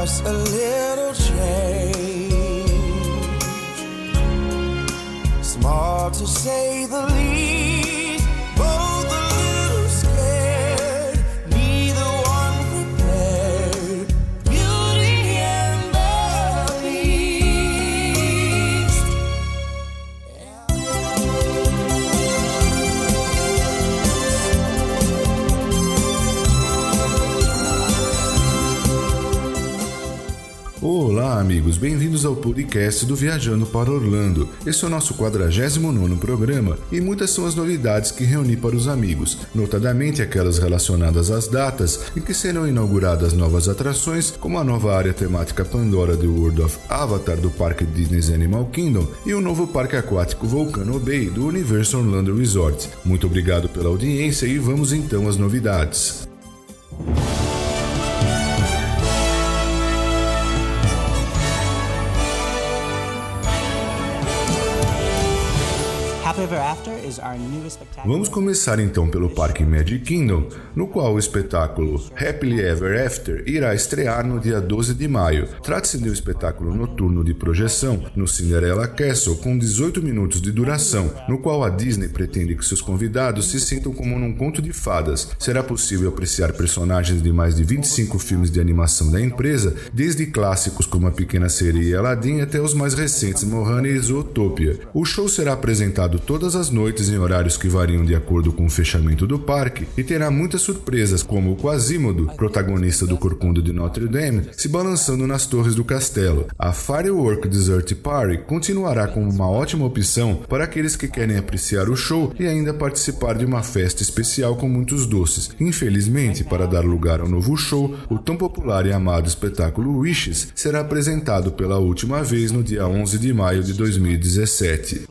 just a little change, small to say the least, both a little scared, neither one prepared, Beauty and the Beast. Olá amigos, bem-vindos ao podcast do Viajando para Orlando. Esse é o nosso 49º programa e muitas são as novidades que reuni para os amigos, notadamente aquelas relacionadas às datas em que serão inauguradas novas atrações, como a nova área temática Pandora The World of Avatar do Parque Disney's Animal Kingdom e o novo parque aquático Volcano Bay do Universal Orlando Resort. Muito obrigado pela audiência e vamos então às novidades. Vamos começar então pelo Parque Magic Kingdom, no qual o espetáculo Happily Ever After irá estrear no dia 12 de maio. Trata-se de um espetáculo noturno de projeção no Cinderella Castle com 18 minutos de duração, no qual a Disney pretende que seus convidados se sintam como num conto de fadas. Será possível apreciar personagens de mais de 25 filmes de animação da empresa, desde clássicos como A Pequena Sereia e Aladdin até os mais recentes Moana e Zootopia. O show será apresentado todas as noites em horários que variam de acordo com o fechamento do parque e terá muitas surpresas, como o Quasimodo, protagonista do Corcunda de Notre Dame, se balançando nas torres do castelo. A Firework Dessert Party continuará como uma ótima opção para aqueles que querem apreciar o show e ainda participar de uma festa especial com muitos doces. Infelizmente, para dar lugar ao novo show, o tão popular e amado espetáculo Wishes será apresentado pela última vez no dia 11 de maio de 2017.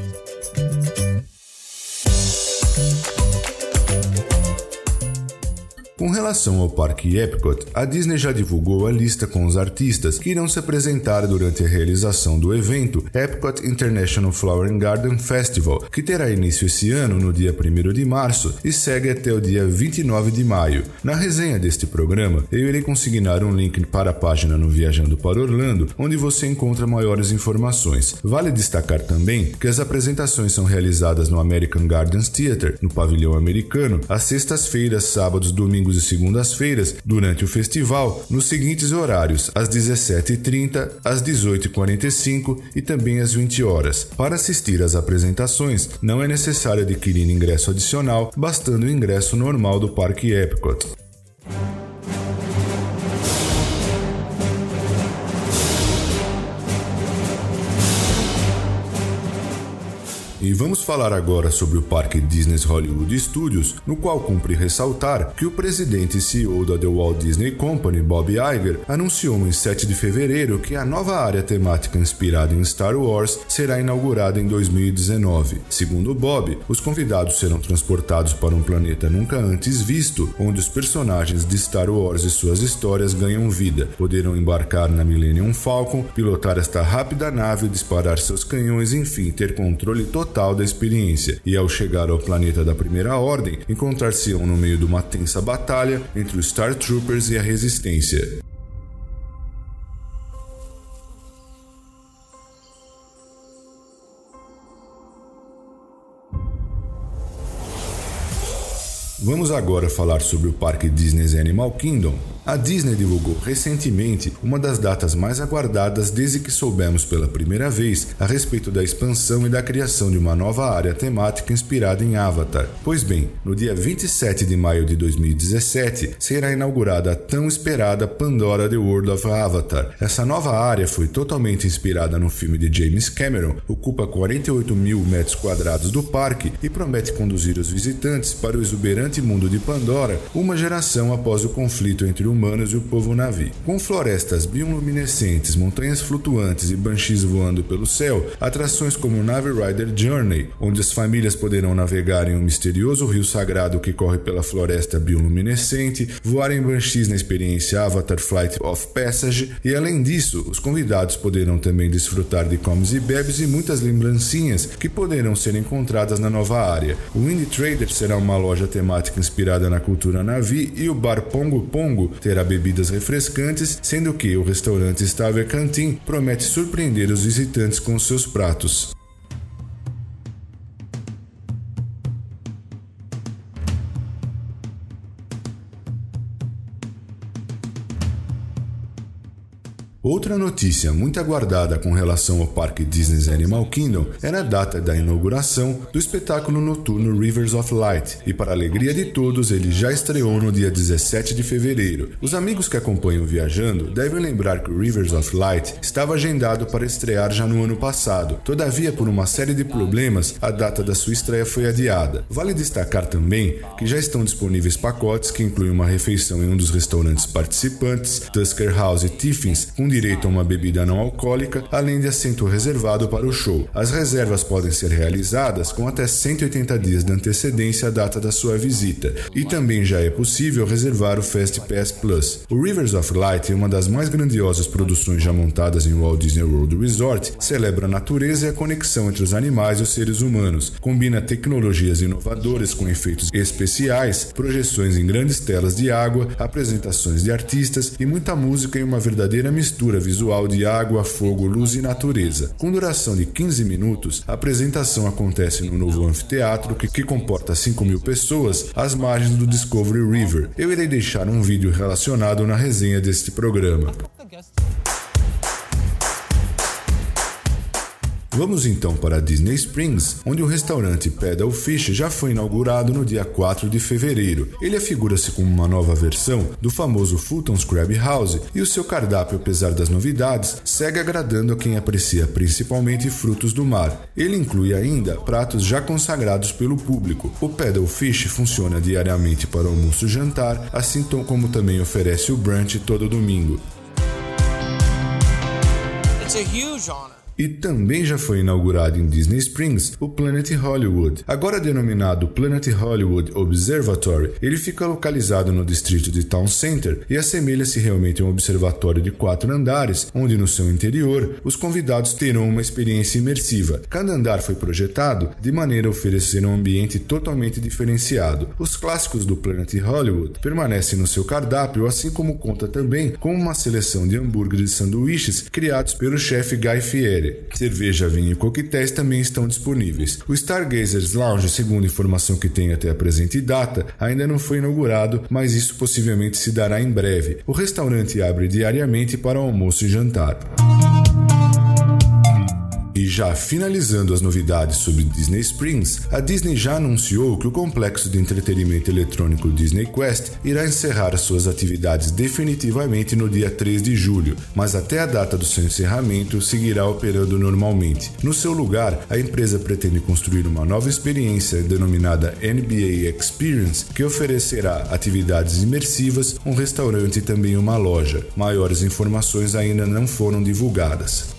Com relação ao Parque Epcot, a Disney já divulgou a lista com os artistas que irão se apresentar durante a realização do evento Epcot International Flower and Garden Festival, que terá início esse ano no dia 1º de março e segue até o dia 29 de maio. Na resenha deste programa, eu irei consignar um link para a página no Viajando para Orlando, onde você encontra maiores informações. Vale destacar também que as apresentações são realizadas no American Gardens Theater, no pavilhão americano, às sextas-feiras, sábados, domingos e segundas-feiras durante o festival nos seguintes horários: às 17h30, às 18h45 e também às 20 horas. Para assistir às apresentações, não é necessário adquirir ingresso adicional, bastando o ingresso normal do Parque Epcot. E vamos falar agora sobre o Parque Disney's Hollywood Studios, no qual cumpre ressaltar que o presidente e CEO da The Walt Disney Company, Bob Iger, anunciou em 7 de fevereiro que a nova área temática inspirada em Star Wars será inaugurada em 2019. Segundo Bob, os convidados serão transportados para um planeta nunca antes visto, onde os personagens de Star Wars e suas histórias ganham vida. Poderão embarcar na Millennium Falcon, pilotar esta rápida nave, disparar seus canhões, enfim, ter controle total da experiência, e ao chegar ao planeta da Primeira Ordem, encontrar-se-ão no meio de uma tensa batalha entre os Star Troopers e a Resistência. Vamos agora falar sobre o Parque Disney's Animal Kingdom. A Disney divulgou recentemente uma das datas mais aguardadas desde que soubemos pela primeira vez a respeito da expansão e da criação de uma nova área temática inspirada em Avatar. Pois bem, no dia 27 de maio de 2017 será inaugurada a tão esperada Pandora The World of Avatar. Essa nova área foi totalmente inspirada no filme de James Cameron, ocupa 48 mil metros quadrados do parque e promete conduzir os visitantes para o exuberante mundo de Pandora, uma geração após o conflito entre humanos e o povo Na'vi. Com florestas bioluminescentes, montanhas flutuantes e banshees voando pelo céu, atrações como Na'vi Rider Journey, onde as famílias poderão navegar em um misterioso rio sagrado que corre pela floresta bioluminescente, voar em banshees na experiência Avatar Flight of Passage e, além disso, os convidados poderão também desfrutar de comes e bebes e muitas lembrancinhas que poderão ser encontradas na nova área. O Indie Trader será uma loja temática inspirada na cultura Na'vi e o bar Pongo Pongo terá bebidas refrescantes, sendo que o restaurante Starver Canteen promete surpreender os visitantes com seus pratos. Outra notícia muito aguardada com relação ao parque Disney's Animal Kingdom era a data da inauguração do espetáculo noturno Rivers of Light, e para a alegria de todos, ele já estreou no dia 17 de fevereiro. Os amigos que acompanham Viajando devem lembrar que o Rivers of Light estava agendado para estrear já no ano passado, todavia por uma série de problemas, a data da sua estreia foi adiada. Vale destacar também que já estão disponíveis pacotes que incluem uma refeição em um dos restaurantes participantes, Tusker House e Tiffins, com direito a uma bebida não alcoólica, além de assento reservado para o show. As reservas podem ser realizadas com até 180 dias de antecedência à data da sua visita, e também já é possível reservar o Fast Pass Plus. O Rivers of Light é uma das mais grandiosas produções já montadas em Walt Disney World Resort, celebra a natureza e a conexão entre os animais e os seres humanos, combina tecnologias inovadoras com efeitos especiais, projeções em grandes telas de água, apresentações de artistas e muita música em uma verdadeira mistura visual de água, fogo, luz e natureza. Com duração de 15 minutos, a apresentação acontece no novo anfiteatro que comporta 5.000 pessoas às margens do Discovery River. Eu irei deixar um vídeo relacionado na resenha deste programa. Vamos então para Disney Springs, onde o restaurante Paddle Fish já foi inaugurado no dia 4 de fevereiro. Ele afigura-se como uma nova versão do famoso Fulton's Crab House, e o seu cardápio, apesar das novidades, segue agradando a quem aprecia principalmente frutos do mar. Ele inclui ainda pratos já consagrados pelo público. O Paddle Fish funciona diariamente para almoço e jantar, assim como também oferece o brunch todo domingo. It's a huge honor. E também já foi inaugurado em Disney Springs o Planet Hollywood. Agora denominado Planet Hollywood Observatory, ele fica localizado no distrito de Town Center e assemelha-se realmente a um observatório de 4 andares, onde no seu interior os convidados terão uma experiência imersiva. Cada andar foi projetado de maneira a oferecer um ambiente totalmente diferenciado. Os clássicos do Planet Hollywood permanecem no seu cardápio, assim como conta também com uma seleção de hambúrgueres e sanduíches criados pelo chefe Guy Fieri. Cerveja, vinho e coquetéis também estão disponíveis. O Stargazers Lounge, segundo informação que tem até a presente data, ainda não foi inaugurado, mas isso possivelmente se dará em breve. O restaurante abre diariamente para almoço e jantar. E já finalizando as novidades sobre Disney Springs, a Disney já anunciou que o complexo de entretenimento eletrônico Disney Quest irá encerrar suas atividades definitivamente no dia 3 de julho, mas até a data do seu encerramento seguirá operando normalmente. No seu lugar, a empresa pretende construir uma nova experiência denominada NBA Experience, que oferecerá atividades imersivas, um restaurante e também uma loja. Maiores informações ainda não foram divulgadas.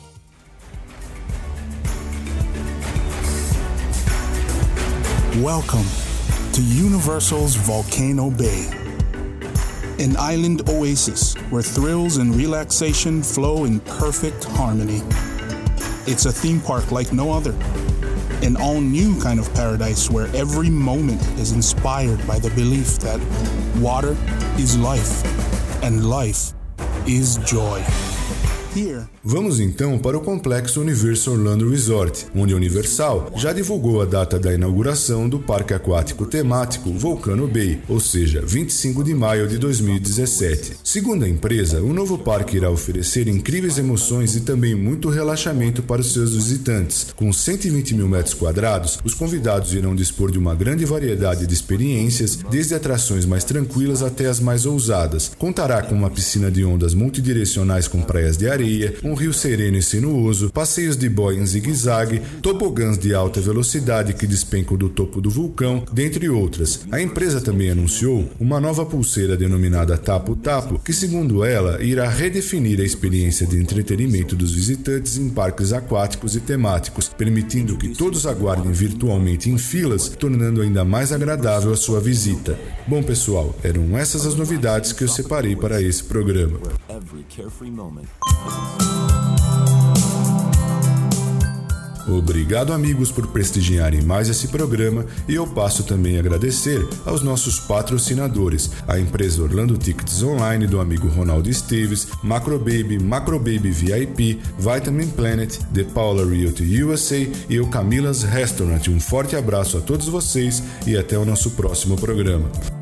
Welcome to Universal's Volcano Bay, an island oasis where thrills and relaxation flow in perfect harmony. It's a theme park like no other, an all-new kind of paradise where every moment is inspired by the belief that water is life and life is joy. Vamos então para o complexo Universal Orlando Resort, onde a Universal já divulgou a data da inauguração do parque aquático temático Volcano Bay, ou seja, 25 de maio de 2017. Segundo a empresa, o novo parque irá oferecer incríveis emoções e também muito relaxamento para os seus visitantes. Com 120 mil metros quadrados, os convidados irão dispor de uma grande variedade de experiências, desde atrações mais tranquilas até as mais ousadas. Contará com uma piscina de ondas multidirecionais com praias de areia, um rio sereno e sinuoso, passeios de boia em zigue-zague, tobogãs de alta velocidade que despencam do topo do vulcão, dentre outras. A empresa também anunciou uma nova pulseira denominada Tapu Tapu, que, segundo ela, irá redefinir a experiência de entretenimento dos visitantes em parques aquáticos e temáticos, permitindo que todos aguardem virtualmente em filas, tornando ainda mais agradável a sua visita. Bom, pessoal, eram essas as novidades que eu separei para esse programa. Obrigado, amigos, por prestigiarem mais esse programa, e eu passo também a agradecer aos nossos patrocinadores, a empresa Orlando Tickets Online do amigo Ronaldo Esteves, Macrobaby VIP, Vitamin Planet, The Paula Realty USA e o Camila's Restaurant. Um forte abraço a todos vocês e até o nosso próximo programa.